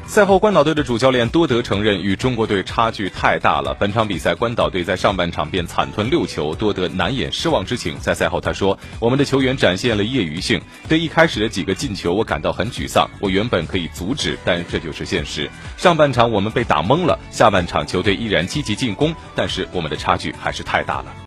赛后，关岛队的主教练多德承认与中国队差距太大了。本场比赛，关岛队在上半场便惨吞6球，多德难掩失望之情。在赛后他说：“我们的球员展现了业余性，对一开始的几个进球我感到很沮丧。我原本可以阻止，但这就是现实。上半场我们被打懵了，下半场球队依然积极进攻，但是我们的差距还是太大了。”